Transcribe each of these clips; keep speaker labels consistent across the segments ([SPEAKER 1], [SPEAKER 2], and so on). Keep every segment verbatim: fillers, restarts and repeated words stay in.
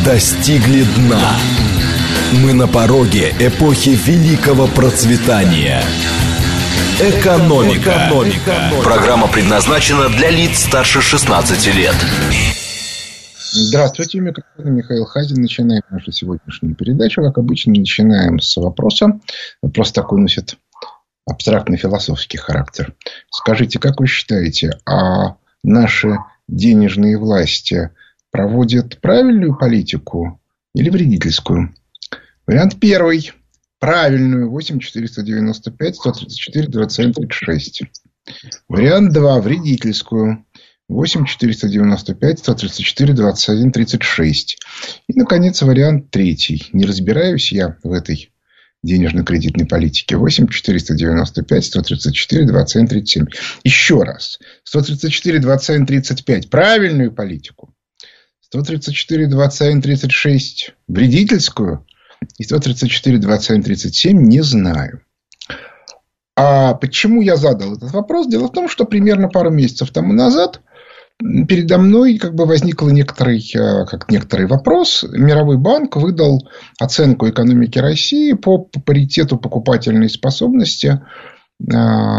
[SPEAKER 1] достигли дна. Мы на пороге эпохи великого процветания. Экономика. Экономика. Программа предназначена для лиц старше шестнадцати лет.
[SPEAKER 2] Здравствуйте, у микрофона Михаил Хазин. Начинаем нашу сегодняшнюю передачу. Как обычно, начинаем с вопроса. Вопрос такой носит абстрактный философский характер. Скажите, как вы считаете, а наши денежные власти проводят правильную политику или вредительскую? Вариант первый. Правильную. восемь четыреста девяносто пять сто тридцать четыре двадцать один тридцать шесть. Вариант два. Вредительскую. восемь четыреста девяносто пять сто тридцать четыре двадцать один тридцать шесть. И, наконец, вариант третий. Не разбираюсь я в этой денежно-кредитной политике. восемь четыреста девяносто пять сто тридцать четыре двадцать один тридцать семь. Еще раз. сто тридцать четыре двадцать один тридцать пять. Правильную политику. сто тридцать четыре двадцать один тридцать шесть. Вредительскую. И сто тридцать четыре двадцать один тридцать семь не знаю. А почему я задал этот вопрос? Дело в том, что примерно пару месяцев тому назад передо мной как бы возникл некоторый, как некоторый вопрос. Мировой банк выдал оценку экономики России по паритету покупательной способности. И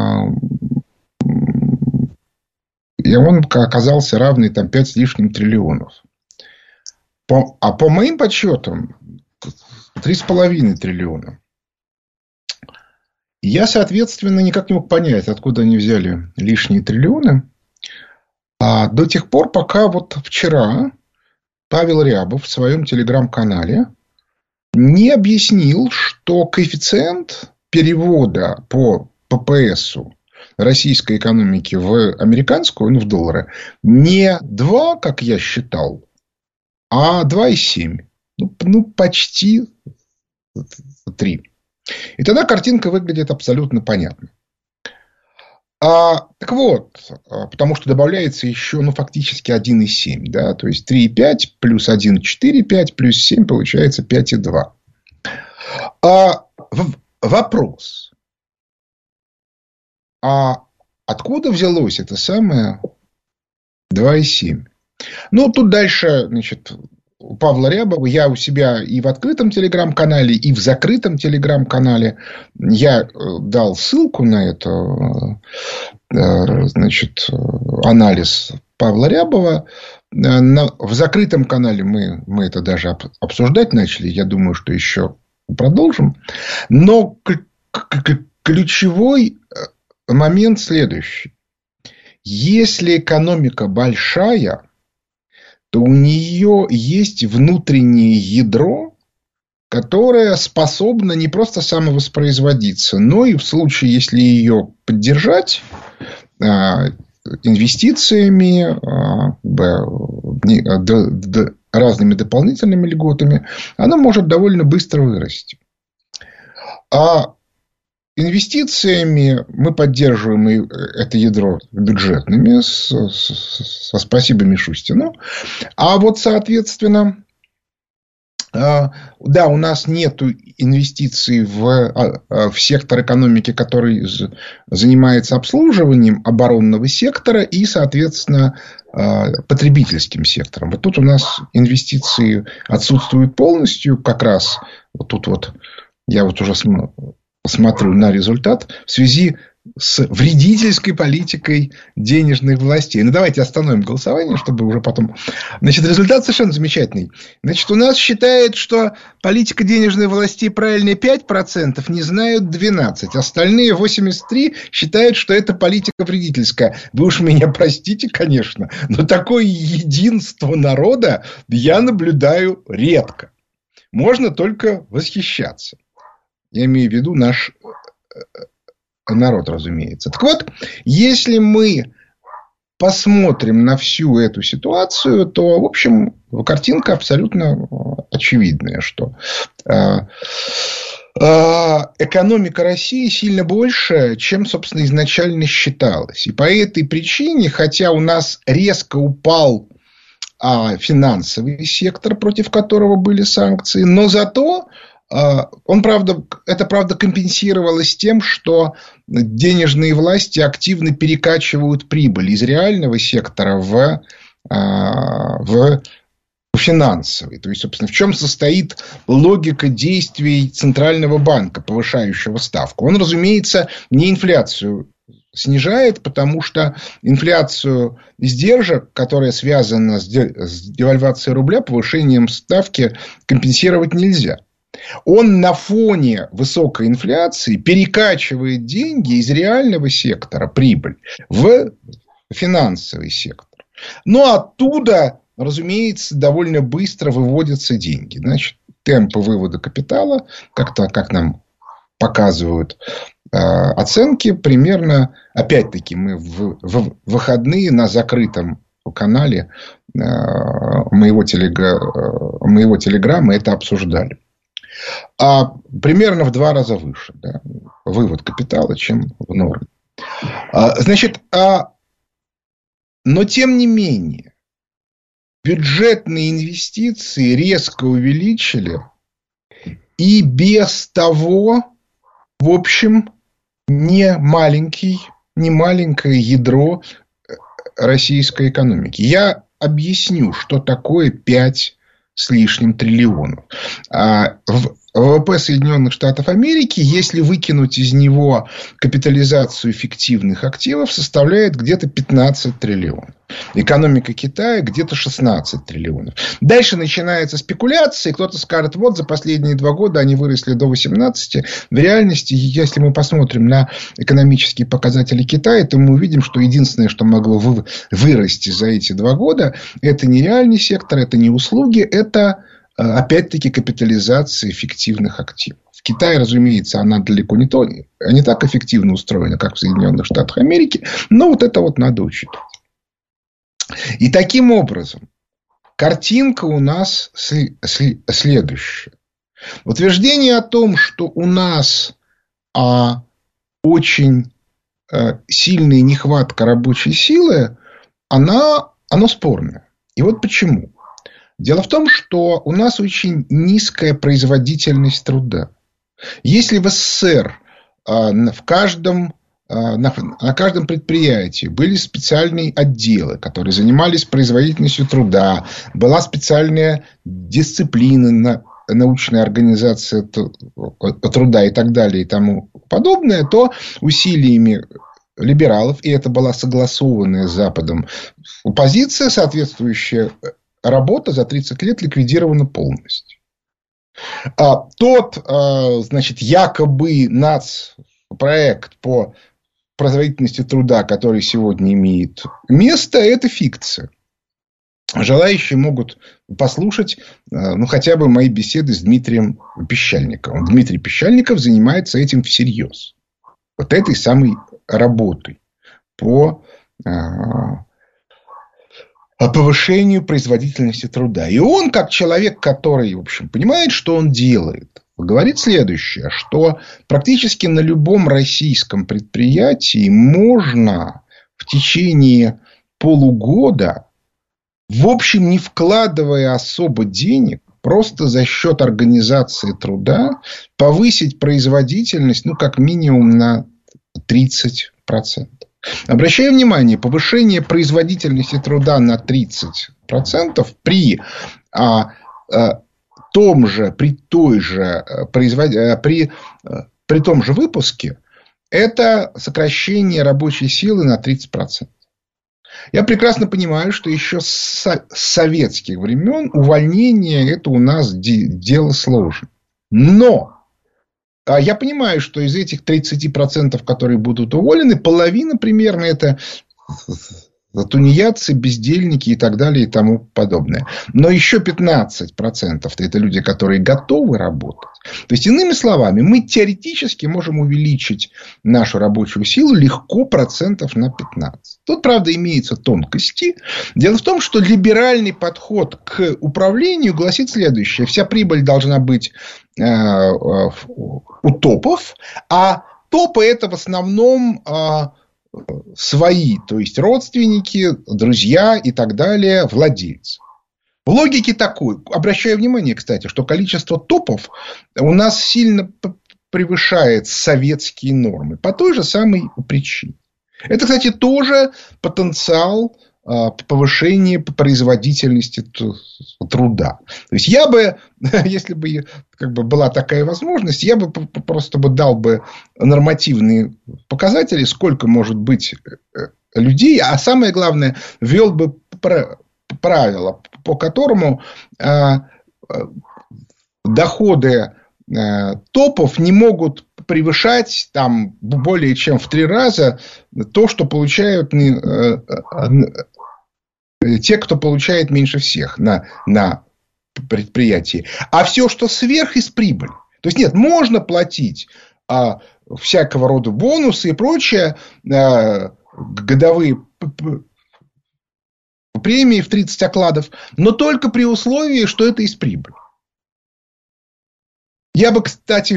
[SPEAKER 2] он оказался равный там, пять с лишним триллионов. А по моим подсчетам три с половиной триллиона. Я, соответственно, никак не мог понять, откуда они взяли лишние триллионы. А до тех пор, пока вот вчера Павел Рябов в своем телеграм-канале не объяснил, что коэффициент перевода по ППСу российской экономики в американскую, ну, в доллары, не два, как я считал, а два и семь. Ну, ну, почти три. И тогда картинка выглядит абсолютно понятно. А, так вот, потому что добавляется еще, ну, фактически один и семь. Да? То есть три и пять плюс один, четыре и пять плюс семь получается пять и два. А, в, вопрос. А откуда взялось это самое два и семь? Ну, тут дальше, значит, у Павла Рябова, я у себя и в открытом телеграм-канале, и в закрытом телеграм-канале я дал ссылку на это, значит, анализ Павла Рябова. В закрытом канале мы, мы это даже обсуждать начали. Я думаю, что еще продолжим. Но ключевой момент следующий. Если экономика большая, то у нее есть внутреннее ядро, которое способно не просто самовоспроизводиться, но и в случае, если ее поддержать инвестициями, разными дополнительными льготами, она может довольно быстро вырасти. А инвестициями мы поддерживаем это ядро бюджетными, со спасибо Мишустину. А вот, соответственно, да, у нас нет инвестиций в, в сектор экономики, который занимается обслуживанием оборонного сектора и, соответственно, потребительским сектором. Вот тут у нас инвестиции отсутствуют полностью. Как раз вот тут вот я вот уже смотрю. Смотрю на результат в связи с вредительской политикой денежных властей. Ну, давайте остановим голосование, чтобы уже потом... Значит, результат совершенно замечательный. Значит, у нас считает, что политика денежных властей правильная пять процентов, не знают двенадцать процентов. Остальные восемьдесят три процента считают, что это политика вредительская. Вы уж меня простите, конечно, но такое единство народа я наблюдаю редко. Можно только восхищаться. Я имею в виду наш народ, разумеется. Так вот, если мы посмотрим на всю эту ситуацию, то, в общем, картинка абсолютно очевидная, что экономика России сильно больше, чем, собственно, изначально считалось. И по этой причине, хотя у нас резко упал финансовый сектор, против которого были санкции, но зато он, правда, это, правда, компенсировалось тем, что денежные власти активно перекачивают прибыль из реального сектора в, в, в финансовой. То есть, собственно, в чем состоит логика действий Центрального банка, повышающего ставку? Он, разумеется, не инфляцию снижает, потому что инфляцию издержек, которая связана с девальвацией рубля, повышением ставки компенсировать нельзя. Он на фоне высокой инфляции перекачивает деньги из реального сектора, прибыль, в финансовый сектор. Но оттуда, разумеется, довольно быстро выводятся деньги. Значит, темпы вывода капитала, как-то, как нам показывают э, оценки, примерно, опять-таки, мы в, в выходные на закрытом канале э, моего, телега, э, моего телеграмма это обсуждали. А примерно в два раза выше, да, вывод капитала, чем в норме. А, значит, а, но тем не менее, бюджетные инвестиции резко увеличили и без того, в общем, не маленький, не маленькое ядро российской экономики. Я объясню, что такое пять с лишним триллионов. В ВВП Соединенных Штатов Америки, если выкинуть из него капитализацию фиктивных активов, составляет где-то пятнадцать триллионов. Экономика Китая где-то шестнадцать триллионов. Дальше начинается спекуляция. Кто-то скажет, вот за последние два года они выросли до восемнадцати. В реальности, если мы посмотрим на экономические показатели Китая, то мы увидим, что единственное, что могло вы, вырасти за эти два года, это не реальный сектор, это не услуги, это опять-таки капитализация фиктивных активов. В Китае, разумеется, она далеко не, то, не так эффективно устроена, как в Соединенных Штатах Америки. Но вот это вот надо учитывать. И таким образом, картинка у нас следующая. Утверждение о том, что у нас а, очень а, сильная нехватка рабочей силы, она, оно спорное. И вот почему. Дело в том, что у нас очень низкая производительность труда. Если в СССР а, в каждом На, на каждом предприятии были специальные отделы, которые занимались производительностью труда. Была специальная дисциплина, научная организация труда и так далее и тому подобное, то усилиями либералов, и это была согласованная с Западом позиция, соответствующая работа за тридцать лет ликвидирована полностью. А тот, значит, якобы нацпроект по производительности труда, который сегодня имеет место, это фикция. Желающие могут послушать, ну, хотя бы мои беседы с Дмитрием Пещальниковым. Дмитрий Пещальников занимается этим всерьез. Вот этой самой работой по повышению производительности труда. И он, как человек, который, в общем, понимает, что он делает, говорит следующее, что практически на любом российском предприятии можно в течение полугода, в общем, не вкладывая особо денег, просто за счет организации труда повысить производительность, ну, как минимум на тридцать процентов. Обращаю внимание, повышение производительности труда на тридцать процентов при а, а, том же, при той же, производ... при, при том же выпуске, это сокращение рабочей силы на тридцать процентов. Я прекрасно понимаю, что еще с советских времен увольнение это у нас дело сложное. Но я понимаю, что из этих тридцати процентов, которые будут уволены, половина примерно это тунеядцы, бездельники и так далее и тому подобное. Но еще пятнадцать процентов это люди, которые готовы работать. То есть, иными словами, мы теоретически можем увеличить нашу рабочую силу легко процентов на пятнадцать. Тут, правда, имеются тонкости. Дело в том, что либеральный подход к управлению гласит следующее. Вся прибыль должна быть э, э, у топов, а топы это в основном э, свои, то есть родственники, друзья и так далее, владельцы. В логике такой, обращаю внимание, кстати, что количество топов у нас сильно превышает советские нормы по той же самой причине. Это, кстати, тоже потенциал повышение производительности труда. То есть, я бы, если бы, как бы была такая возможность, я бы просто бы дал бы нормативные показатели, сколько может быть людей, а самое главное, ввел бы правило, по которому доходы топов не могут превышать там более чем в три раза то, что получают те, кто получает меньше всех на, на предприятии. А все, что сверх, из прибыли. То есть, нет, можно платить а, всякого рода бонусы и прочее, а, годовые премии в тридцать окладов, но только при условии, что это из прибыли. Я бы, кстати,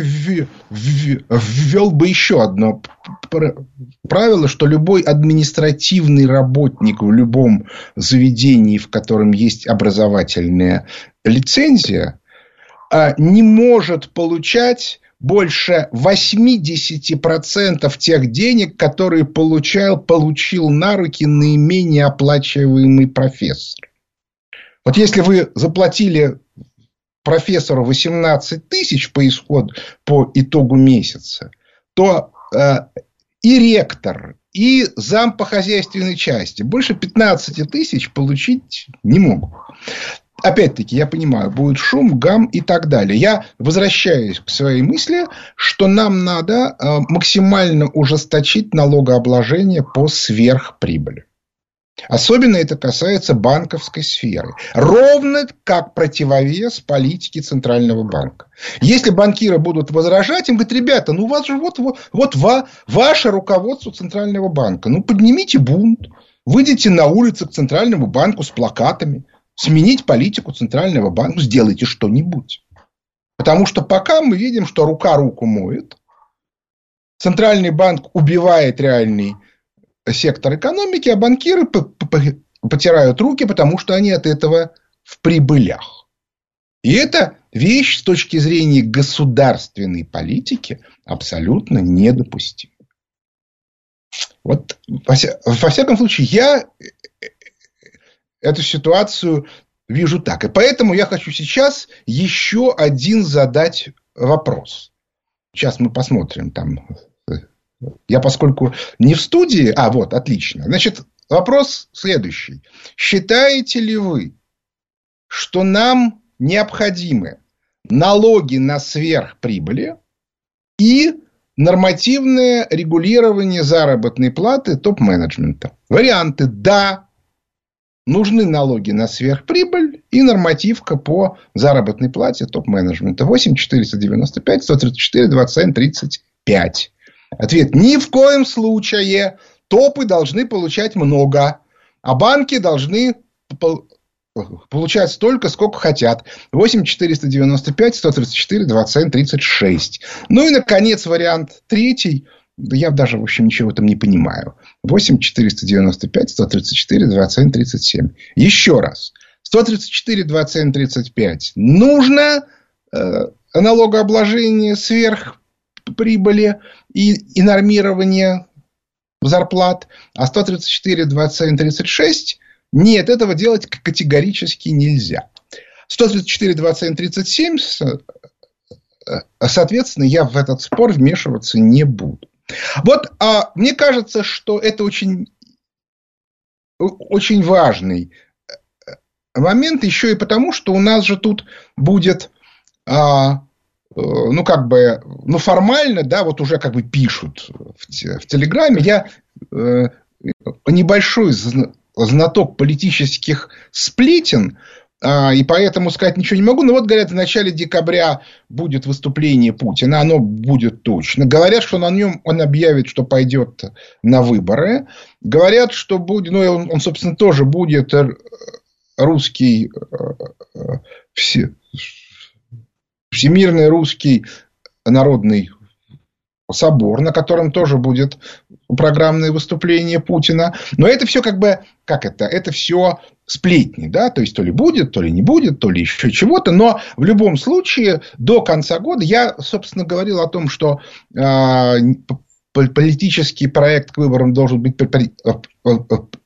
[SPEAKER 2] ввел бы еще одно правило, что любой административный работник в любом заведении, в котором есть образовательная лицензия, не может получать больше восемьдесят процентов тех денег, которые получал, получил на руки наименее оплачиваемый профессор. Вот если вы заплатили профессору восемнадцать тысяч по исходу, по итогу месяца, то э, и ректор, и зам по хозяйственной части больше пятнадцать тысяч получить не могут. Опять-таки, я понимаю, будет шум, гам и так далее. Я возвращаюсь к своей мысли, что нам надо э, максимально ужесточить налогообложение по сверхприбыли. Особенно это касается банковской сферы. Ровно как противовес политике Центрального банка. Если банкиры будут возражать, им говорят: ребята, ну у вас же вот, вот, вот ва, ваше руководство Центрального банка. Ну поднимите бунт, выйдите на улицы к Центральному банку с плакатами, сменить политику Центрального банка, сделайте что-нибудь. Потому что пока мы видим, что рука руку моет, Центральный банк убивает реальный сектор экономики, а банкиры потирают руки, потому что они от этого в прибылях. И это вещь с точки зрения государственной политики абсолютно недопустима. Вот, во, во всяком случае, я эту ситуацию вижу так. И поэтому я хочу сейчас еще один задать вопрос. Сейчас мы посмотрим там. Я, поскольку не в студии... А, вот, отлично. Значит, вопрос следующий. Считаете ли вы, что нам необходимы налоги на сверхприбыли и нормативное регулирование заработной платы топ-менеджмента? Варианты: да, нужны налоги на сверхприбыль и нормативка по заработной плате топ-менеджмента. восемь четыреста девяносто пять сто тридцать четыре двадцать семь тридцать пять. Ответ: ни в коем случае. Топы должны получать много, а банки должны получать столько, сколько хотят. восемь четыреста девяносто пять сто тридцать четыре двадцать семь тридцать шесть. Ну и, наконец, вариант третий. Да я даже, в общем, ничего в этом не понимаю. восемь четыреста девяносто пять сто тридцать четыре двадцать семь тридцать семь. Еще раз. сто тридцать четыре двадцать семь тридцать пять. Нужно э, налогообложение сверх прибыли и, и нормирование зарплат, а сто тридцать четыре двадцать семь тридцать шесть нет, этого делать категорически нельзя. сто тридцать четыре двадцать семь тридцать семь, соответственно, я в этот спор вмешиваться не буду. Вот, а мне кажется, что это очень, очень важный момент, еще и потому, что у нас же тут будет... А, ну, как бы, ну, формально, да, вот уже как бы пишут в, в Телеграме. Я э, небольшой знаток политических сплетен, э, и поэтому сказать ничего не могу. Но вот, говорят, в начале декабря будет выступление Путина. Оно будет точно. Говорят, что на нем он объявит, что пойдет на выборы. Говорят, что будет, ну, он, он собственно, тоже будет русский... Э, все, Всемирный русский народный собор, на котором тоже будет программное выступление Путина. Но это все как бы, как это? Это все сплетни, да? То есть, то ли будет, то ли не будет, то ли еще чего-то. Но в любом случае, до конца года я, собственно, говорил о том, что э, политический проект к выборам должен быть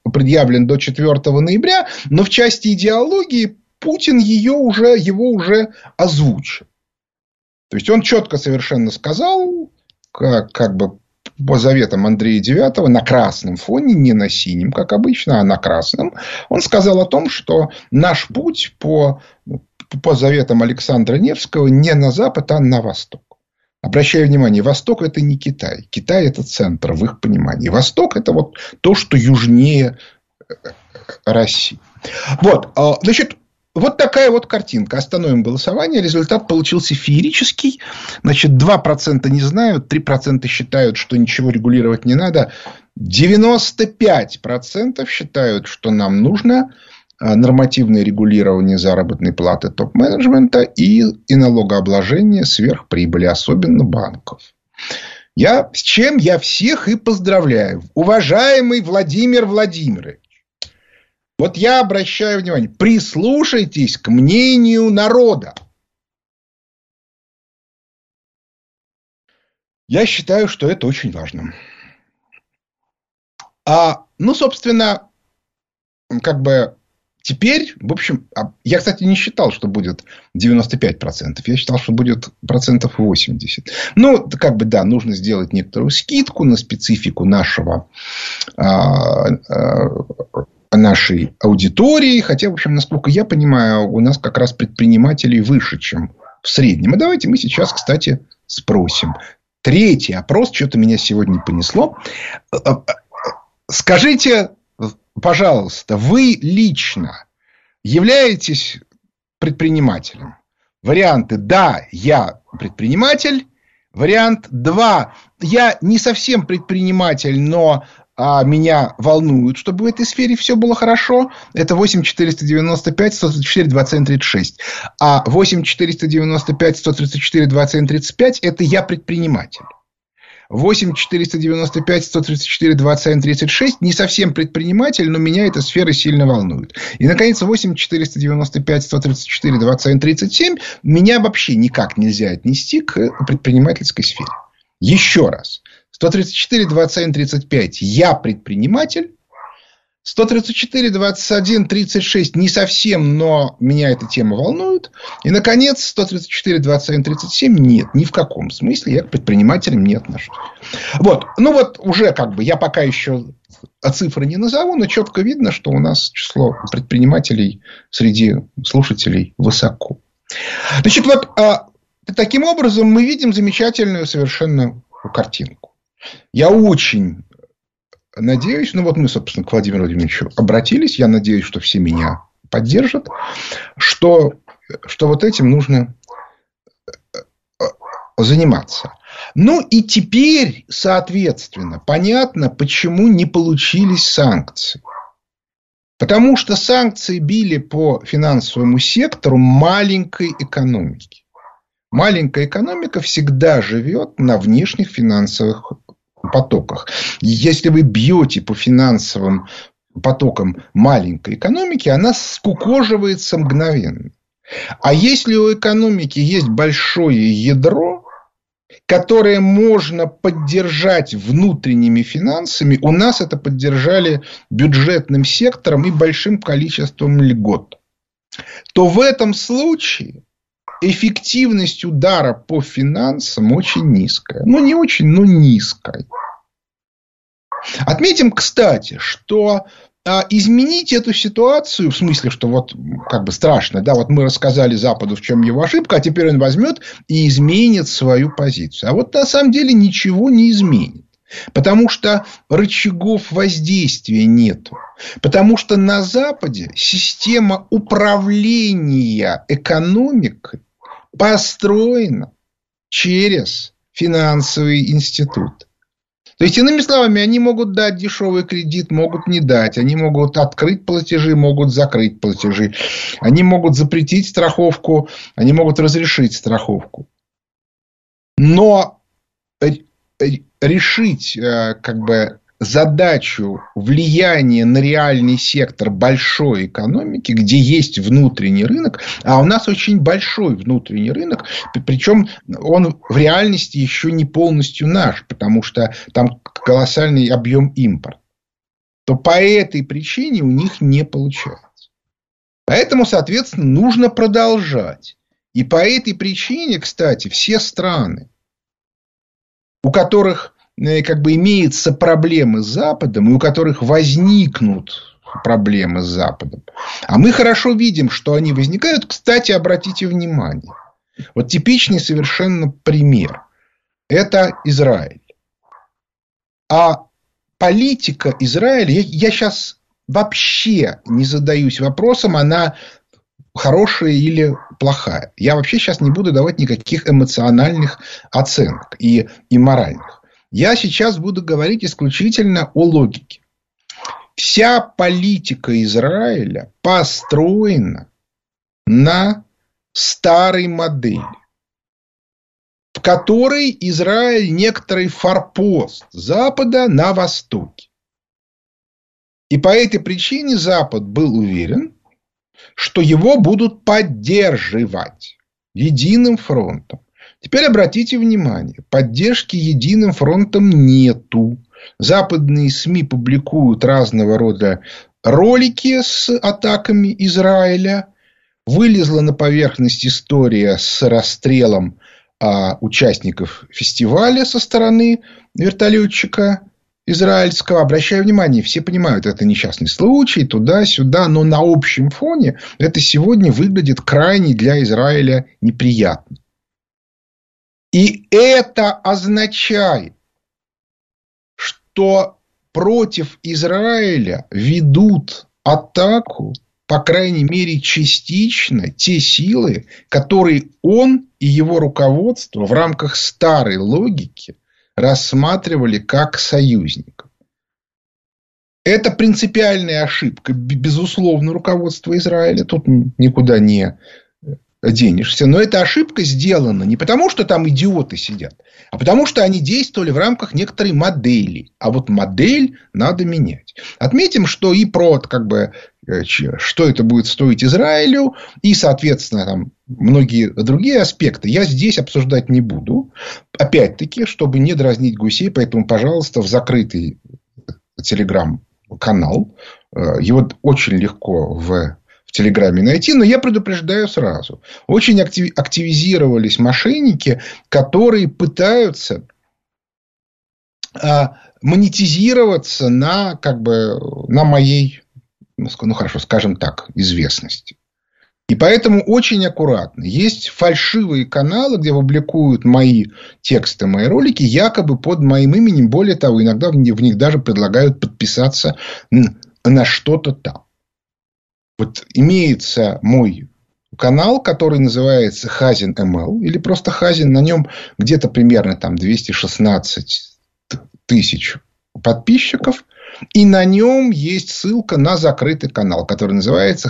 [SPEAKER 2] предъявлен до четвёртого ноября, но в части идеологии Путин ее уже, его уже озвучил. То есть, он четко совершенно сказал, как, как бы по заветам Андрея Девятого, на красном фоне, не на синем, как обычно, а на красном, он сказал о том, что наш путь по, по заветам Александра Невского не на запад, а на восток. Обращаю внимание, Восток – это не Китай. Китай – это центр в их понимании. Восток – это вот то, что южнее России. Вот, значит, вот такая вот картинка. Остановим голосование. Результат получился феерический. Значит, два процента не знают, три процента считают, что ничего регулировать не надо. девяносто пять процентов считают, что нам нужно нормативное регулирование заработной платы топ-менеджмента и, и налогообложение сверхприбыли, особенно банков. Я, с чем я всех и поздравляю. Уважаемый Владимир Владимирович, вот я обращаю внимание, прислушайтесь к мнению народа. Я считаю, что это очень важно. А, ну, собственно, как бы теперь, в общем, я, кстати, не считал, что будет девяносто пять процентов. Я считал, что будет процентов восемьдесят. Ну, как бы, да, нужно сделать некоторую скидку на специфику нашего, нашей аудитории. Хотя, в общем, насколько я понимаю, у нас как раз предпринимателей выше, чем в среднем. И давайте мы сейчас, кстати, спросим. Третий опрос. Что-то меня сегодня понесло. Скажите, пожалуйста, вы лично являетесь предпринимателем? Варианты: да, я предприниматель. Вариант два: я не совсем предприниматель, но а, меня волнует, чтобы в этой сфере все было хорошо. Это восемь четыреста девяносто пять сто тридцать четыре двадцать один тридцать шесть. А восемь четыреста девяносто пять сто тридцать четыре двадцать один тридцать пять – это я предприниматель. восемь четыреста девяносто пять сто тридцать четыре двадцать один тридцать шесть не совсем предприниматель, но меня эта сфера сильно волнует. И, наконец, восемь четыреста девяносто пять сто тридцать четыре двадцать один тридцать семь меня вообще никак нельзя отнести к предпринимательской сфере. Еще раз. сто тридцать четыре двадцать один тридцать пять я предприниматель. сто тридцать четыре двадцать один тридцать шесть не совсем, но меня эта тема волнует. И, наконец, сто тридцать четыре двадцать один тридцать семь нет, ни в каком смысле я к предпринимателям не отношусь. Вот. Ну, вот уже как бы я пока еще цифры не назову, но четко видно, что у нас число предпринимателей среди слушателей высоко. Значит, вот таким образом мы видим замечательную совершенно картинку. Я очень надеюсь, ну вот мы, собственно, к Владимиру Владимировичу обратились. Я надеюсь, что все меня поддержат, что, что вот этим нужно заниматься. Ну и теперь, соответственно, понятно, почему не получились санкции. Потому что санкции били по финансовому сектору маленькой экономики. Маленькая экономика всегда живет на внешних финансовых потоках. Если вы бьете по финансовым потокам маленькой экономики, она скукоживается мгновенно. А если у экономики есть большое ядро, которое можно поддержать внутренними финансами, у нас это поддержали бюджетным сектором и большим количеством льгот, то в этом случае эффективность удара по финансам очень низкая. Ну, не очень, но низкая. Отметим, кстати, что а, изменить эту ситуацию, в смысле, что вот как бы страшно, да, вот мы рассказали Западу, в чем его ошибка, а теперь он возьмет и изменит свою позицию. А вот на самом деле ничего не изменит. Потому что рычагов воздействия нету. Потому что на Западе система управления экономикой построена через финансовый институт. То есть, иными словами, они могут дать дешевый кредит, могут не дать. Они могут открыть платежи, могут закрыть платежи. Они могут запретить страховку, они могут разрешить страховку. Но решить как бы задачу влияния на реальный сектор большой экономики, где есть внутренний рынок, а у нас очень большой внутренний рынок, причем он в реальности еще не полностью наш, потому что там колоссальный объем импорта. то по этой причине у них не получается. Поэтому, соответственно, нужно продолжать. И по этой причине, кстати, все страны, у которых как бы имеются проблемы с Западом, и у которых возникнут проблемы с Западом, а мы хорошо видим, что они возникают. Кстати, обратите внимание, вот типичный совершенно пример – это Израиль. А политика Израиля, я, я сейчас вообще не задаюсь вопросом, она хорошая или плохая. Я вообще сейчас не буду давать никаких эмоциональных оценок и, и моральных. Я сейчас буду говорить исключительно о логике. Вся политика Израиля построена на старой модели, в которой Израиль некоторый форпост Запада на Востоке. И по этой причине Запад был уверен, что его будут поддерживать единым фронтом. Теперь обратите внимание, поддержки единым фронтом нету. Западные СМИ публикуют разного рода ролики с атаками Израиля. Вылезла на поверхность история с расстрелом а, участников фестиваля со стороны вертолетчика израильского. Обращаю внимание, все понимают, это несчастный случай, туда-сюда, но на общем фоне это сегодня выглядит крайне для Израиля неприятно. И это означает, что против Израиля ведут атаку, по крайней мере, частично, те силы, которые он и его руководство в рамках старой логики рассматривали как союзников. Это принципиальная ошибка, безусловно, руководства Израиля. Тут никуда не денешься. Но эта ошибка сделана не потому, что там идиоты сидят, а потому, что они действовали в рамках некоторой модели. А вот модель надо менять. Отметим, что и про, как бы, что это будет стоить Израилю, и, соответственно, там, многие другие аспекты я здесь обсуждать не буду. Опять-таки, чтобы не дразнить гусей, поэтому, пожалуйста, в закрытый телеграм-канал. Его очень легко в в Телеграме найти, но я предупреждаю сразу. Очень активизировались мошенники, которые пытаются а, монетизироваться на, как бы, на моей, ну хорошо, скажем так, известности. И поэтому очень аккуратно. Есть фальшивые каналы, где публикуют мои тексты, мои ролики, якобы под моим именем. Более того, иногда в них даже предлагают подписаться на что-то там. Вот имеется мой канал, который называется Хазин эм эл, или просто Хазин. На нем где-то примерно там двести шестнадцать тысяч подписчиков. И на нем есть ссылка на закрытый канал, который называется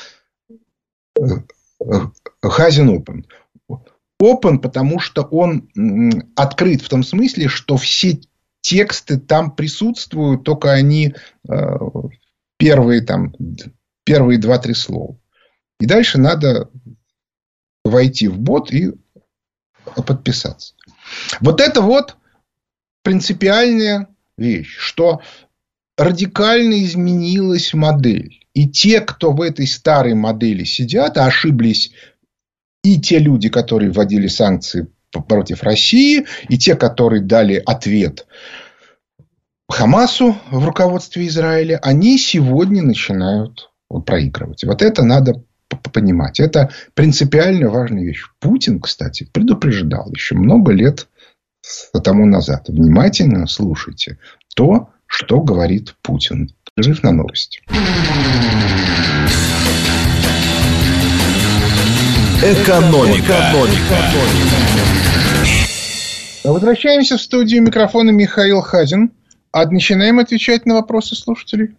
[SPEAKER 2] Хазин Open. Open, потому что он открыт в том смысле, что все тексты там присутствуют, только они первые там... Первые два-три слова. И дальше надо войти в бот и подписаться. Вот это вот принципиальная вещь, что радикально изменилась модель. И те, кто в этой старой модели сидят, а ошиблись и те люди, которые вводили санкции против России, и те, которые дали ответ Хамасу в руководстве Израиля, они сегодня начинают проигрывать. Вот это надо понимать. Это принципиально важная вещь. Путин, кстати, предупреждал еще много лет тому назад. Внимательно слушайте то, что говорит Путин. Жив на новости.
[SPEAKER 1] Экономика. Экономика.
[SPEAKER 2] Возвращаемся в студию. Микрофона Михаил Хазин. А начинаем отвечать на вопросы слушателей.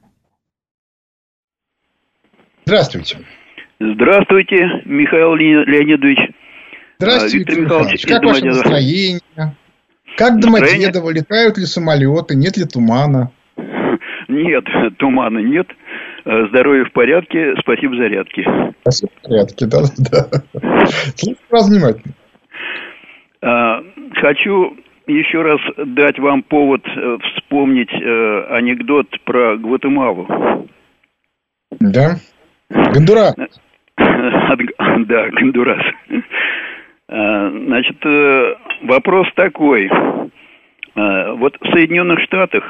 [SPEAKER 2] Здравствуйте.
[SPEAKER 3] Здравствуйте, Михаил Леонидович.
[SPEAKER 2] Здравствуйте, Виктор Михайлович. Как ваше настроение? Как Домодедово? Летают ли самолеты? Нет ли тумана?
[SPEAKER 3] Нет, тумана нет. Здоровье в порядке. Спасибо за зарядки.
[SPEAKER 2] Спасибо в порядке, да-да. Слушай вас внимательно.
[SPEAKER 3] Хочу еще раз дать вам повод вспомнить э, анекдот про Гватемалу.
[SPEAKER 2] Да? Гондурас.
[SPEAKER 3] Да, Гондурас. Значит, вопрос такой. Вот в Соединенных Штатах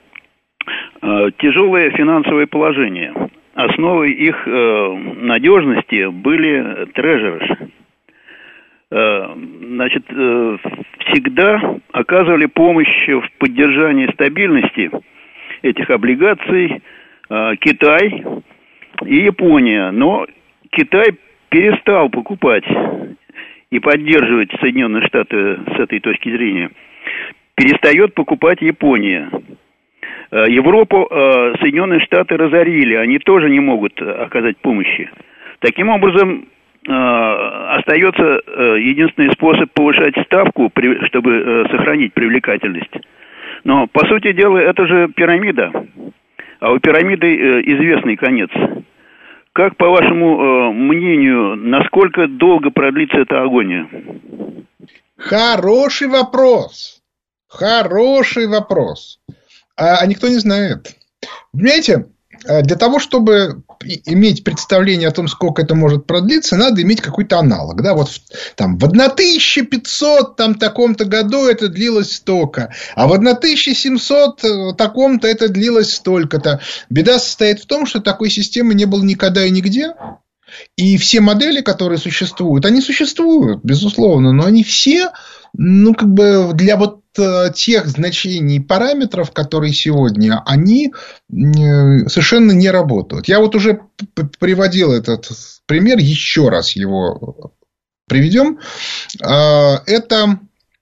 [SPEAKER 3] тяжелое финансовое положение. Основой их надежности были трежеры. Значит, всегда оказывали помощь в поддержании стабильности этих облигаций Китай и Япония. Но Китай перестал покупать и поддерживать Соединенные Штаты с этой точки зрения. Перестает покупать Япония. Европу Соединенные Штаты разорили. Они тоже не могут оказать помощи. Таким образом, остается единственный способ повышать ставку, чтобы сохранить привлекательность. Но, по сути дела, это же пирамида. А у пирамиды известный конец. Как, по вашему мнению, насколько долго продлится эта агония?
[SPEAKER 2] Хороший вопрос. Хороший вопрос. А, а никто не знает. Понимаете, для того, чтобы иметь представление о том, сколько это может продлиться, надо иметь какой-то аналог. Да? Вот там, в тысяча пятисотом там, таком-то году это длилось столько, а в тысяча семисотом таком-то это длилось столько-то. Беда состоит в том, что такой системы не было никогда и нигде. И все модели, которые существуют, они существуют, безусловно, но они все, ну, как бы для вот тех значений и параметров, которые сегодня, они совершенно не работают. Я вот уже приводил этот пример, еще раз его приведем. Это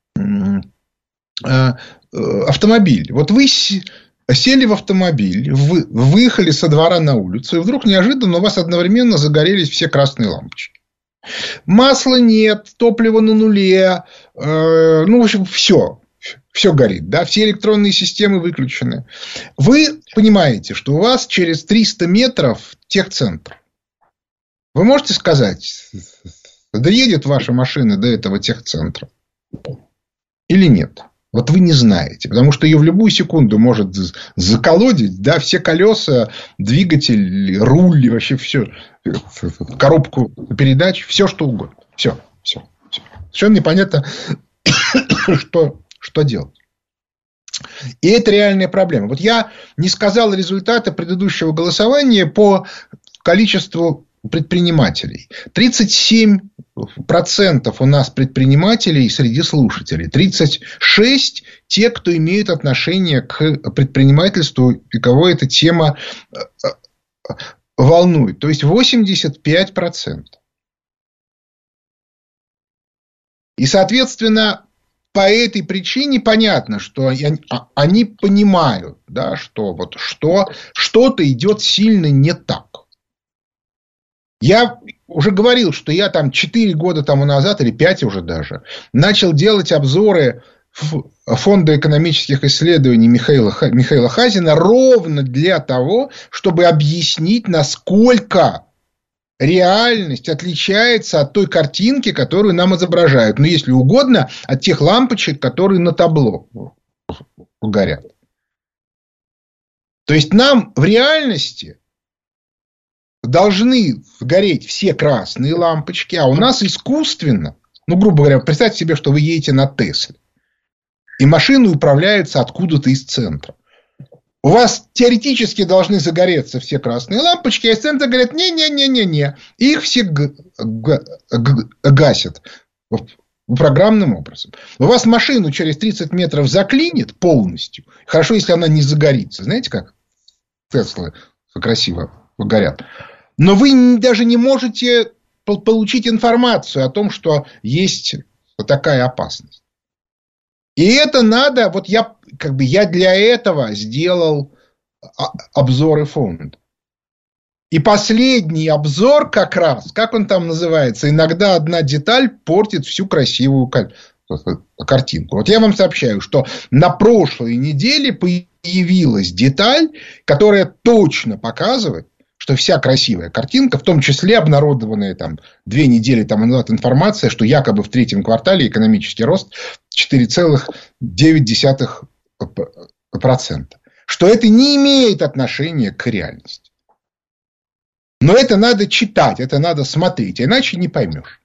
[SPEAKER 2] автомобиль. Вот вы сели в автомобиль, вы выехали со двора на улицу, и вдруг неожиданно у вас одновременно загорелись все красные лампочки. Масла нет, топлива на нуле, э, ну, в общем, все. Все горит, да, все электронные системы выключены. Вы понимаете, что у вас через триста метров техцентр. Вы можете сказать, доедет ваша машина до этого техцентра или нет? Вот вы не знаете, потому что ее в любую секунду может заколодить, да, все колеса, двигатель, руль, вообще все, коробку передач, все что угодно. Все, все, все. Совершенно непонятно, что, что делать. И это реальная проблема. Вот я не сказал результаты предыдущего голосования по количеству предпринимателей. тридцать семь процентов у нас предпринимателей среди слушателей. тридцать шесть процентов те, кто имеет отношение к предпринимательству и кого эта тема волнует. То есть восемьдесят пять процентов. И, соответственно, по этой причине понятно, что они понимают, да, что, вот, что что-то идет сильно не так. Я уже говорил, что я там четыре года тому назад, или пять уже даже, начал делать обзоры Фонда экономических исследований Михаила, Михаила Хазина ровно для того, чтобы объяснить, насколько реальность отличается от той картинки, которую нам изображают. Ну, если угодно, от тех лампочек, которые на табло горят. То есть, нам в реальности должны гореть все красные лампочки, а у нас искусственно, ну, грубо говоря, представьте себе, что вы едете на Тесле, и машина управляется откуда-то из центра. У вас теоретически должны загореться все красные лампочки, а из центра говорят, не-не-не-не-не. Их все г- г- г- гасят программным образом. У вас машину через тридцать метров заклинит полностью. Хорошо, если она не загорится. Знаете, как Теслы красиво горят. Но вы даже не можете получить информацию о том, что есть такая опасность. И это надо, вот я, как бы, я для этого сделал обзоры фонда. И последний обзор как раз, как он там называется, иногда одна деталь портит всю красивую картинку. Вот я вам сообщаю, что на прошлой неделе появилась деталь, которая точно показывает, что вся красивая картинка, в том числе обнародованная там две недели тому назад информация, что якобы в третьем квартале экономический рост четыре целых девять десятых процента. Что это не имеет отношения к реальности. Но это надо читать, это надо смотреть, иначе не поймешь.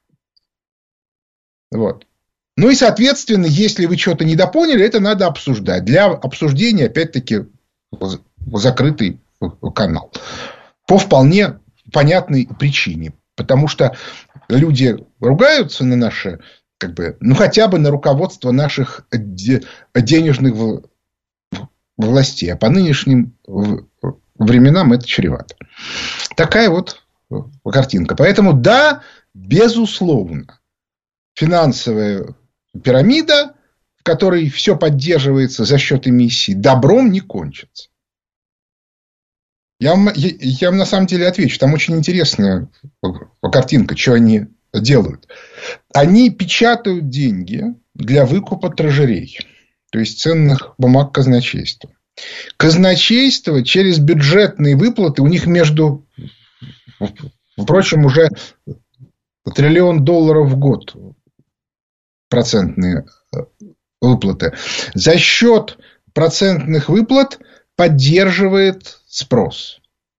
[SPEAKER 2] Вот. Ну и, соответственно, если вы что-то недопоняли, это надо обсуждать. Для обсуждения, опять-таки, закрытый канал. По вполне понятной причине. Потому что люди ругаются на наше, как бы, ну, хотя бы на руководство наших денежных властей. А по нынешним временам это чревато. Такая вот картинка. Поэтому, да, безусловно, финансовая пирамида, в которой все поддерживается за счет эмиссий, добром не кончится. Я вам, я, я вам на самом деле отвечу. Там очень интересная картинка, что они делают. Они печатают деньги для выкупа трэжерей, то есть ценных бумаг казначейства. Казначейство через бюджетные выплаты, у них между, впрочем, уже триллион долларов в год процентные выплаты. За счет процентных выплат поддерживает спрос.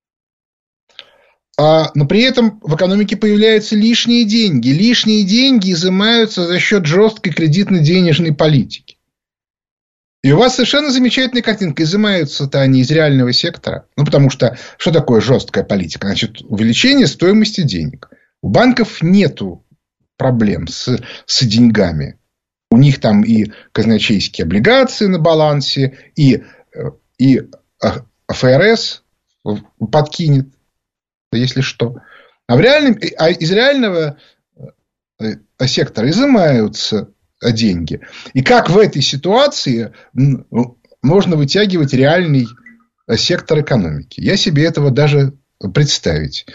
[SPEAKER 2] А, но при этом в экономике появляются лишние деньги. Лишние деньги изымаются за счет жесткой кредитно-денежной политики. И у вас совершенно замечательная картинка. Изымаются-то они из реального сектора. Ну, потому что, что такое жесткая политика? Значит, увеличение стоимости денег. У банков нету проблем с, с деньгами. У них там и казначейские облигации на балансе, и, и эф эр эс подкинет, если что. А, в реальном, а из реального сектора изымаются деньги. И как в этой ситуации можно вытягивать реальный сектор экономики? Я себе этого даже представить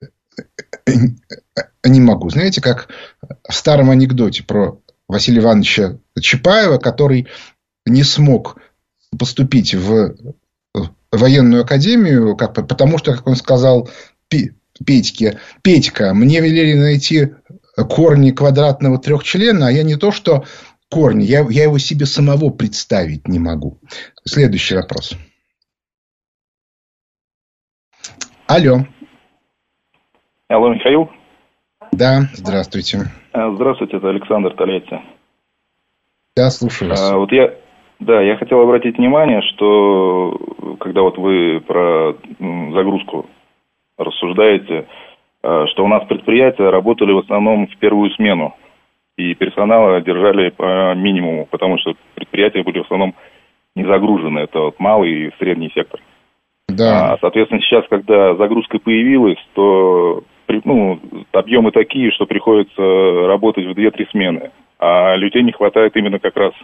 [SPEAKER 2] не могу. Знаете, как в старом анекдоте про Василия Ивановича Чапаева, который не смог поступить в военную академию, как, потому что, как он сказал Петьке, Петька, мне велели найти корни квадратного трехчлена, а я не то, что корни, я, я его себе самого представить не могу. Следующий вопрос. Алло.
[SPEAKER 4] Алло, Михаил?
[SPEAKER 2] Да, здравствуйте.
[SPEAKER 4] Здравствуйте, это Александр, Тольятти.
[SPEAKER 2] Да, слушаю вас.
[SPEAKER 4] А, вот я, да, я хотел обратить внимание, что когда вот вы про загрузку рассуждаете, что у нас предприятия работали в основном в первую смену. И персонала держали по минимуму, потому что предприятия были в основном не загружены. Это вот малый и средний сектор.
[SPEAKER 2] Да.
[SPEAKER 4] А, соответственно, сейчас, когда загрузка появилась, то ну, объемы такие, что приходится работать в две-три смены. А людей не хватает именно как раз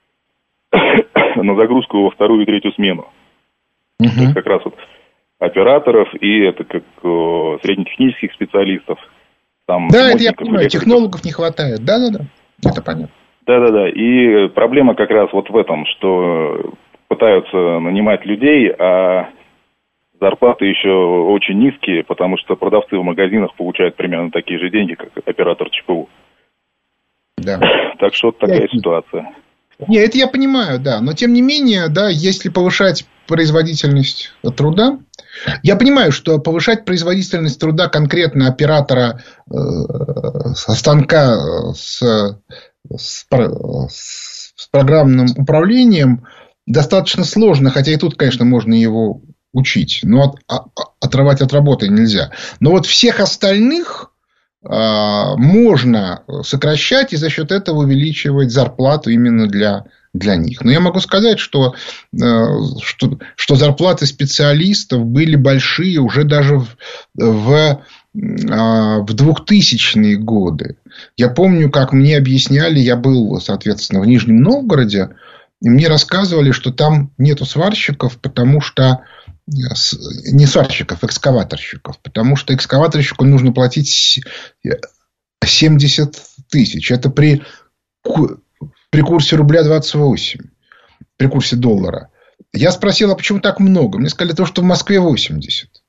[SPEAKER 4] на загрузку во вторую и третью смену.
[SPEAKER 2] Угу.
[SPEAKER 4] То есть как раз вот операторов и это как о, среднетехнических специалистов. Там
[SPEAKER 2] да, это я понимаю, технологов не хватает. Да-да-да, это понятно.
[SPEAKER 4] Да-да-да, и проблема как раз вот в этом, что пытаются нанимать людей, а зарплаты еще очень низкие, потому что продавцы в магазинах получают примерно такие же деньги, как оператор ЧПУ.
[SPEAKER 2] Да.
[SPEAKER 4] Так что вот такая
[SPEAKER 2] я...
[SPEAKER 4] ситуация.
[SPEAKER 2] Нет, это я понимаю, да. Но тем не менее, да, если повышать производительность труда, я понимаю, что повышать производительность труда конкретно оператора э, станка с, с, с программным управлением достаточно сложно, хотя и тут, конечно, можно его учить, но от, от, отрывать от работы нельзя. Но вот всех остальных э, можно сокращать и за счет этого увеличивать зарплату именно для, для них. Но я могу сказать, что, э, что, что зарплаты специалистов были большие уже даже в, в, э, в двухтысячные годы. Я помню, как мне объясняли, я был, соответственно, в Нижнем Новгороде, и мне рассказывали, что там нету сварщиков, потому что не сварщиков, экскаваторщиков, потому что экскаваторщику нужно платить семьдесят тысяч. Это при, при курсе рубля двадцать восемь, при курсе доллара. Я спросил, а почему так много? Мне сказали, то, что в Москве восемьдесят.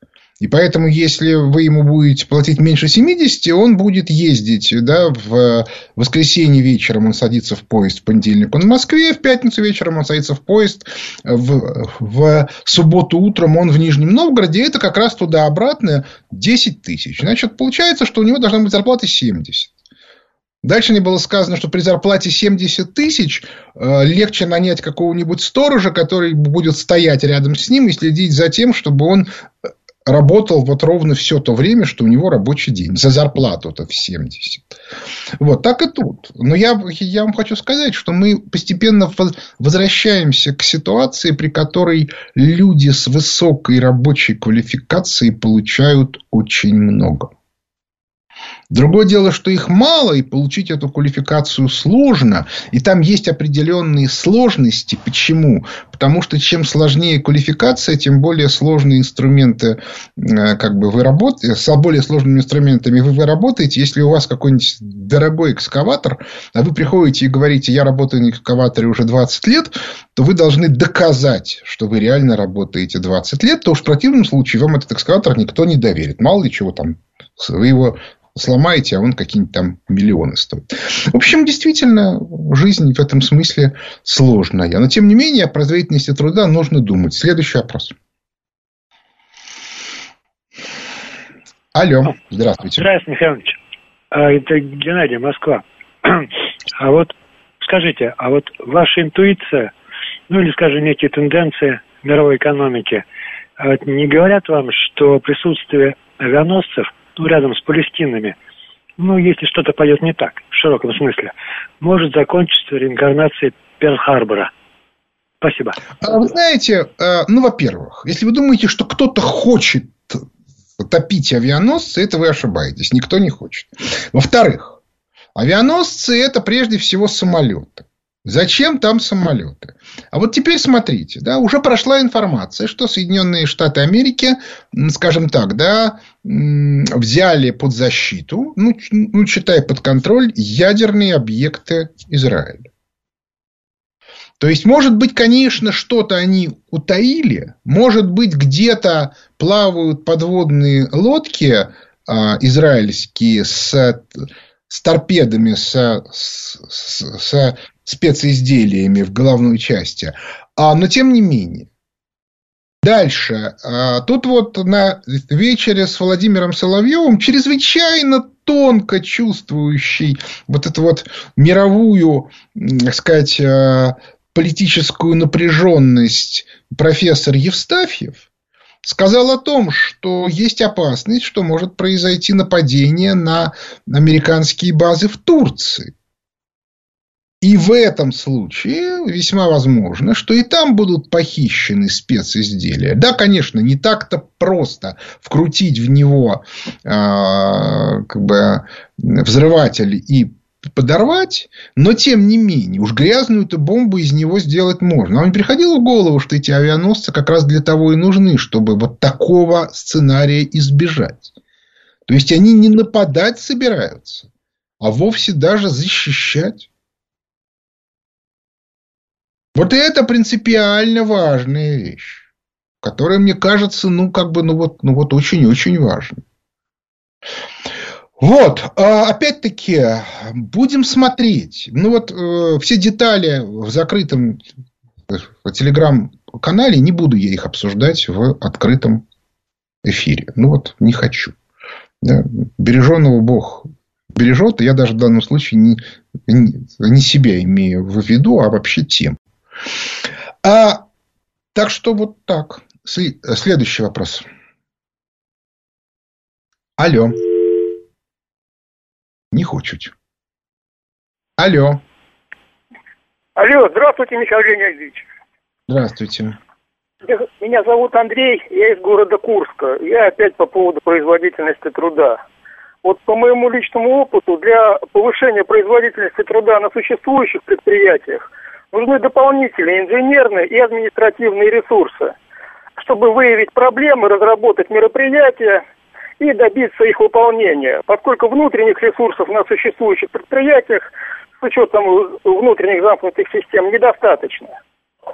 [SPEAKER 2] И поэтому, если вы ему будете платить меньше семидесяти, он будет ездить, да, в воскресенье вечером он садится в поезд, в понедельник он в Москве, в пятницу вечером он садится в поезд, в, в субботу утром он в Нижнем Новгороде. Это как раз туда-обратно десять тысяч. Значит, получается, что у него должна быть зарплата семьдесят. Дальше мне было сказано, что при зарплате семьдесят тысяч э, легче нанять какого-нибудь сторожа, который будет стоять рядом с ним и следить за тем, чтобы он работал вот ровно все то время, что у него рабочий день. За зарплату-то в семьдесят. Вот так и тут. Но я, я вам хочу сказать, что мы постепенно возвращаемся к ситуации, при которой люди с высокой рабочей квалификацией получают очень много. Другое дело, что их мало, и получить эту квалификацию сложно. И там есть определенные сложности. Почему? Потому что чем сложнее квалификация, тем более сложные инструменты, как бы вы работаете, с более сложными инструментами вы, вы работаете. Если у вас какой-нибудь дорогой экскаватор, а вы приходите и говорите, я работаю на экскаваторе уже двадцать лет, то вы должны доказать, что вы реально работаете двадцать лет, то уж в противном случае вам этот экскаватор никто не доверит. Мало ли чего там, вы его сломаете, а он какие-нибудь там миллионы стоит. В общем, действительно, жизнь в этом смысле сложная. Но, тем не менее, о производительности труда нужно думать. Следующий вопрос. Алло, здравствуйте.
[SPEAKER 5] Здравствуйте, Михаил Ильич. Это Геннадий, Москва. А вот скажите, а вот ваша интуиция, ну или, скажем, некие тенденции мировой экономики, не говорят вам, что присутствие авианосцев, ну, рядом с Палестинами, ну, если что-то пойдет не так, в широком смысле, может закончиться реинкарнацией Перл-Харбора? Спасибо.
[SPEAKER 2] Вы знаете, ну, во-первых, если вы думаете, что кто-то хочет топить авианосцы, это вы ошибаетесь. Никто не хочет. Во-вторых, авианосцы – это прежде всего самолеты. Зачем там самолеты? А вот теперь смотрите, да, уже прошла информация, что Соединенные Штаты Америки, скажем так, да, взяли под защиту, ну, ну, считай, под контроль ядерные объекты Израиля. То есть, может быть, конечно, что-то они утаили, может быть, где-то плавают подводные лодки а, израильские с, с торпедами, с, с, с специзделиями в головной части. А, но, тем не менее. Дальше. А, тут вот на вечере с Владимиром Соловьевым чрезвычайно тонко чувствующий вот эту вот мировую, так сказать, политическую напряженность профессор Евстафьев сказал о том, что есть опасность, что может произойти нападение на американские базы в Турции. И в этом случае весьма возможно, что и там будут похищены специзделия. Да, конечно, не так-то просто вкрутить в него э, как бы, взрыватель и подорвать, но тем не менее, уж грязную-то бомбу из него сделать можно. Вам не приходило в голову, что эти авианосцы как раз для того и нужны, чтобы вот такого сценария избежать? То есть, они не нападать собираются, а вовсе даже защищать. Вот это принципиально важная вещь, которая, мне кажется, ну, как бы, ну, вот, ну, вот очень-очень важна. Вот, опять-таки, будем смотреть. Ну, вот, все детали в закрытом телеграм-канале, не буду я их обсуждать в открытом эфире. Ну, вот, не хочу. Да? Береженого Бог бережет, и я даже в данном случае не, не, не себя имею в виду, а вообще тему. А, так что вот так. Следующий вопрос. Алло. Не хочет. Алло.
[SPEAKER 6] Алло, здравствуйте, Михаил Леонидович.
[SPEAKER 2] Здравствуйте.
[SPEAKER 6] Меня зовут Андрей, я из города Курска. Я опять по поводу производительности труда. Вот по моему личному опыту, для повышения производительности труда на существующих предприятиях нужны дополнительные инженерные и административные ресурсы, чтобы выявить проблемы, разработать мероприятия и добиться их выполнения, поскольку внутренних ресурсов на существующих предприятиях с учетом внутренних замкнутых систем недостаточно.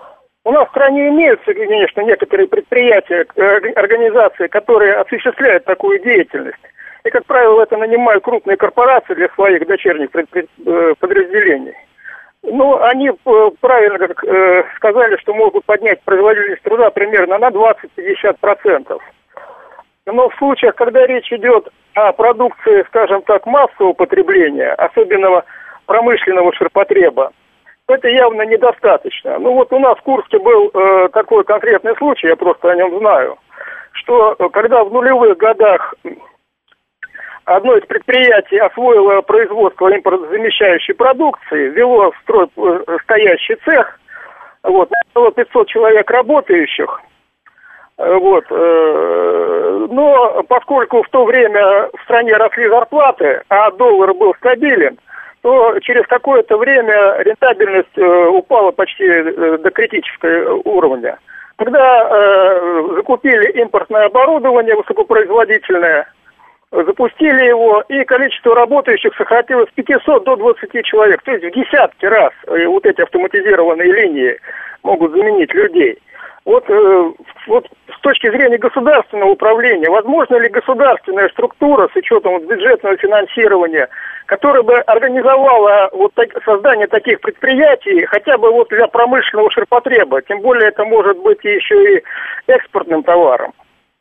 [SPEAKER 6] У нас в стране имеются, конечно, некоторые предприятия, организации, которые осуществляют такую деятельность. И, как правило, это нанимают крупные корпорации для своих дочерних подразделений. Ну, они правильно как, э, сказали, что могут поднять производительность труда примерно на двадцать-пятьдесят процентов. Но в случаях, когда речь идет о продукции, скажем так, массового потребления, особенно промышленного ширпотреба, это явно недостаточно. Ну вот у нас в Курске был э, такой конкретный случай, я просто о нем знаю, что э, когда в нулевых годах одно из предприятий освоило производство импортозамещающей продукции, ввело в строй стоящий цех, вот, было пятьсот человек работающих, вот, э, но поскольку в то время в стране росли зарплаты, а доллар был стабилен, то через какое-то время рентабельность э, упала почти э, до критического уровня. Когда э, закупили импортное оборудование высокопроизводительное, запустили его, и количество работающих сократилось с пятисот до двадцати человек. То есть в десятки раз э, вот эти автоматизированные линии могут заменить людей. Вот, э, вот с точки зрения государственного управления, возможно ли государственная структура с учетом вот бюджетного финансирования, которая бы организовала вот так, создание таких предприятий хотя бы вот для промышленного ширпотреба, тем более это может быть еще и экспортным товаром?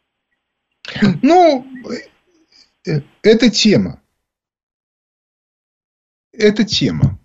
[SPEAKER 2] Ну, это тема. Это тема.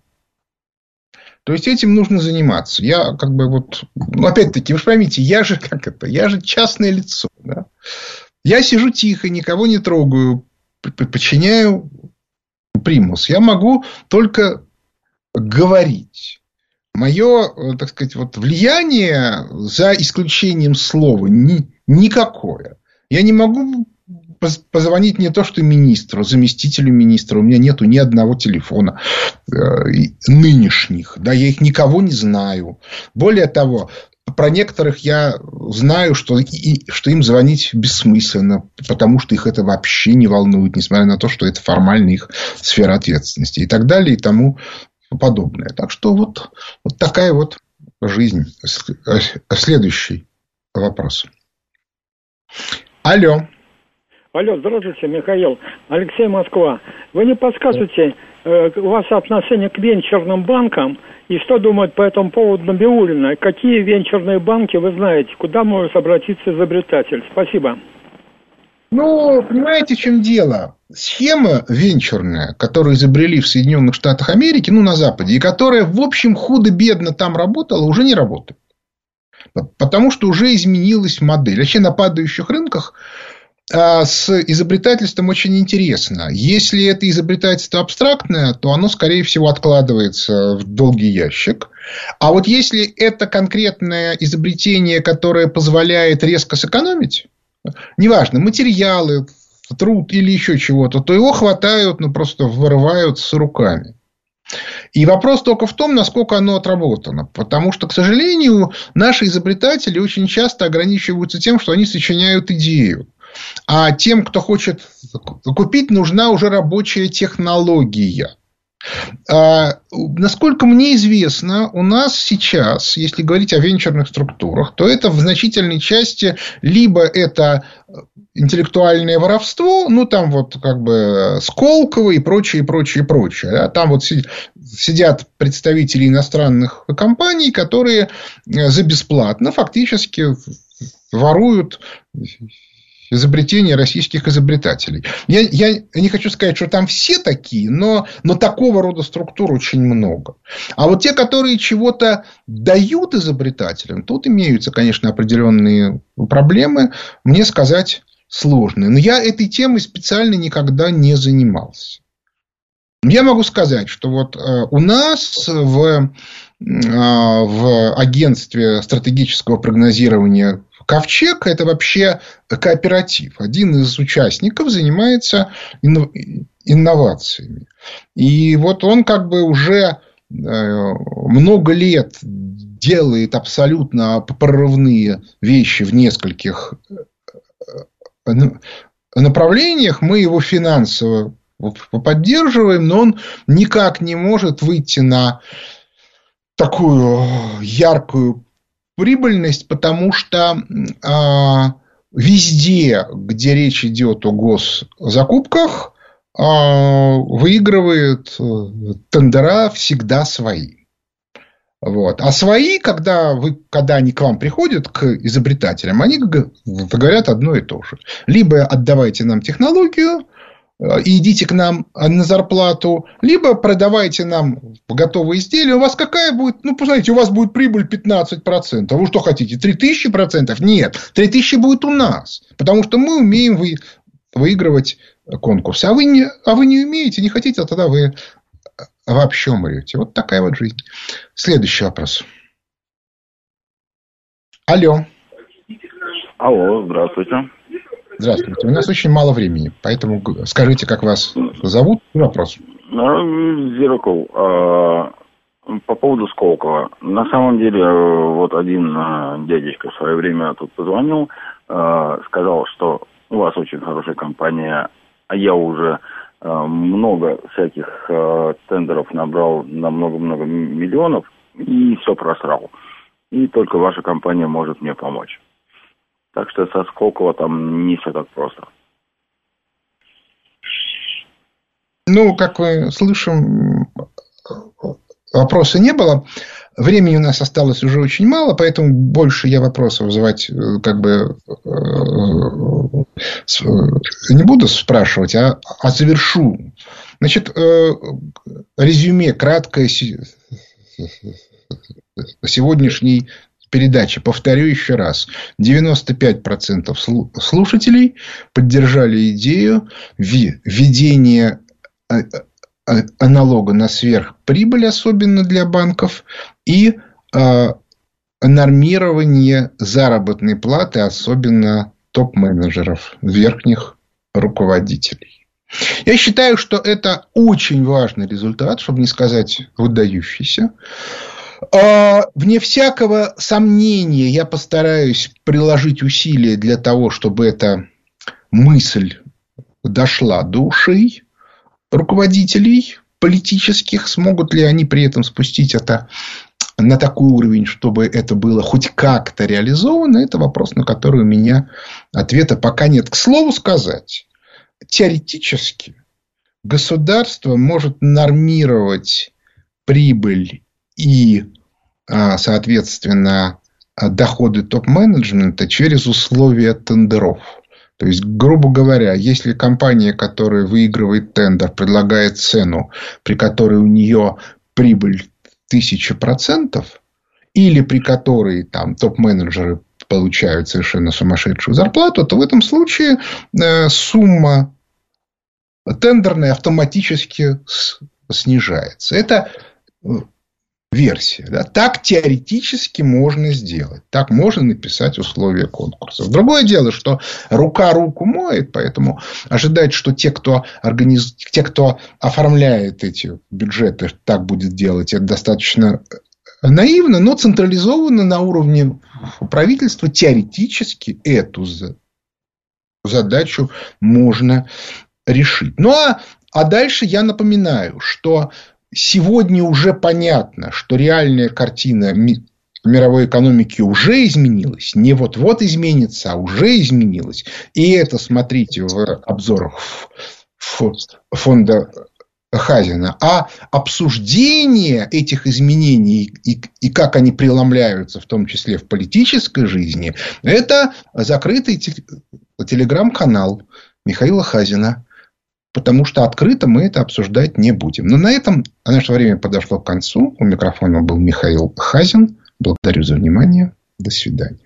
[SPEAKER 2] То есть этим нужно заниматься. Я как бы вот, ну, опять-таки, вы же поймите, я же как это, я же частное лицо, да? Я сижу тихо, никого не трогаю, подчиняю примус. Я могу только говорить. Мое, так сказать, вот влияние, за исключением слова, ни, никакое. Я не могу позвонить не то что министру, заместителю министра. У меня нету ни одного телефона э, нынешних. Да, я их никого не знаю. Более того, про некоторых я знаю, что, и, что им звонить бессмысленно, потому что их это вообще не волнует, несмотря на то, что это формально их сфера ответственности. И так далее, и тому подобное. Так что вот, вот такая вот жизнь. Следующий вопрос. Алло.
[SPEAKER 7] Алло, здравствуйте, Михаил. Алексей, Москва. Вы не подскажете, э, у вас отношение к венчурным банкам, и что думает по этому поводу Набиуллина? Какие венчурные банки вы знаете? Куда может обратиться изобретатель? Спасибо.
[SPEAKER 2] Ну, понимаете, в чем дело? Схема венчурная, которую изобрели в Соединенных Штатах Америки, ну, на Западе, и которая, в общем, худо-бедно там работала, уже не работает. Потому что уже изменилась модель. Вообще на падающих рынках с изобретательством очень интересно. Если это изобретательство абстрактное, то оно, скорее всего, откладывается в долгий ящик. А вот если это конкретное изобретение, которое позволяет резко сэкономить, неважно, материалы, труд или еще чего-то, то его хватают, ну, просто вырывают с руками. И вопрос только в том, насколько оно отработано. Потому что, к сожалению, наши изобретатели очень часто ограничиваются тем, что они сочиняют идею. А тем, кто хочет купить, нужна уже рабочая технология. А, насколько мне известно, у нас сейчас, если говорить о венчурных структурах, то это в значительной части либо это интеллектуальное воровство, ну, там вот как бы Сколково и прочее, прочее, прочее. Там вот сидят представители иностранных компаний, которые за бесплатно фактически воруют изобретения российских изобретателей. Я, я не хочу сказать, что там все такие, но, но такого рода структур очень много. А вот те, которые чего-то дают изобретателям, тут имеются, конечно, определенные проблемы. Мне сказать сложно. Но я этой темой специально никогда не занимался. Я могу сказать, что вот у нас в, в агентстве стратегического прогнозирования Ковчег – это вообще кооператив. Один из участников занимается инновациями. И вот он как бы уже много лет делает абсолютно прорывные вещи в нескольких направлениях. Мы его финансово поддерживаем, но он никак не может выйти на такую яркую прибыльность, потому что а, везде, где речь идет о госзакупках, а, выигрывают тендера всегда свои. Вот. А свои, когда, вы, когда они к вам приходят, к изобретателям, они говорят одно и то же. Либо отдавайте нам технологию и идите к нам на зарплату, либо продавайте нам готовые изделия. У вас какая будет? Ну, посмотрите, у вас будет прибыль пятнадцать процентов. Вы что хотите? три тысячи процентов? Нет. три тысячи будет у нас. Потому что мы умеем вы, выигрывать конкурсы. А вы, не, а вы не умеете, не хотите, а тогда вы вообще умрете. Вот такая вот жизнь. Следующий вопрос. Алло.
[SPEAKER 8] Алло, здравствуйте.
[SPEAKER 2] Здравствуйте. У нас очень мало времени, поэтому скажите, как вас зовут, и вопрос.
[SPEAKER 8] Зираков. По поводу Сколково. На самом деле, вот один дядечка в свое время тут позвонил, сказал, что у вас очень хорошая компания, а я уже много всяких тендеров набрал на много-много миллионов и все просрал. И только ваша компания может мне помочь. Так что со Сколково там не все так просто.
[SPEAKER 2] Ну, как мы слышим, вопроса не было. Времени у нас осталось уже очень мало, поэтому больше я вопросов задавать как бы не буду спрашивать, а, а завершу. Значит, резюме краткое сегодняшней передачи. Повторю еще раз. девяносто пять процентов слушателей поддержали идею введения налога на сверхприбыль, особенно для банков, и э, нормирование заработной платы, особенно топ-менеджеров, верхних руководителей. Я считаю, что это очень важный результат, чтобы не сказать выдающийся. Э, вне всякого сомнения я постараюсь приложить усилия для того, чтобы эта мысль дошла до ушей руководителей политических. Смогут ли они при этом спустить это на такой уровень, чтобы это было хоть как-то реализовано, это вопрос, на который у меня ответа пока нет. К слову сказать, теоретически государство может нормировать прибыль и, соответственно, доходы топ-менеджмента через условия тендеров. То есть, грубо говоря, если компания, которая выигрывает тендер, предлагает цену, при которой у нее прибыль тысяча процентов, или при которой там, топ-менеджеры получают совершенно сумасшедшую зарплату, то в этом случае э, сумма тендерная автоматически с, снижается. Это версия. Да? Так теоретически можно сделать. Так можно написать условия конкурса. Другое дело, что рука руку моет, поэтому ожидать, что те, кто, организ... те, кто оформляет эти бюджеты, так будет делать, это достаточно наивно, но централизованно на уровне правительства теоретически эту задачу можно решить. Ну, а, а дальше я напоминаю, что сегодня уже понятно, что реальная картина мировой экономики уже изменилась. Не вот-вот изменится, а уже изменилась. И это смотрите в обзорах фонда Хазина. А обсуждение этих изменений и, и как они преломляются, в том числе в политической жизни, это закрытый телеграм-канал Михаила Хазина. Потому что открыто мы это обсуждать не будем. Но на этом наше время подошло к концу. У микрофона был Михаил Хазин. Благодарю за внимание. До свидания.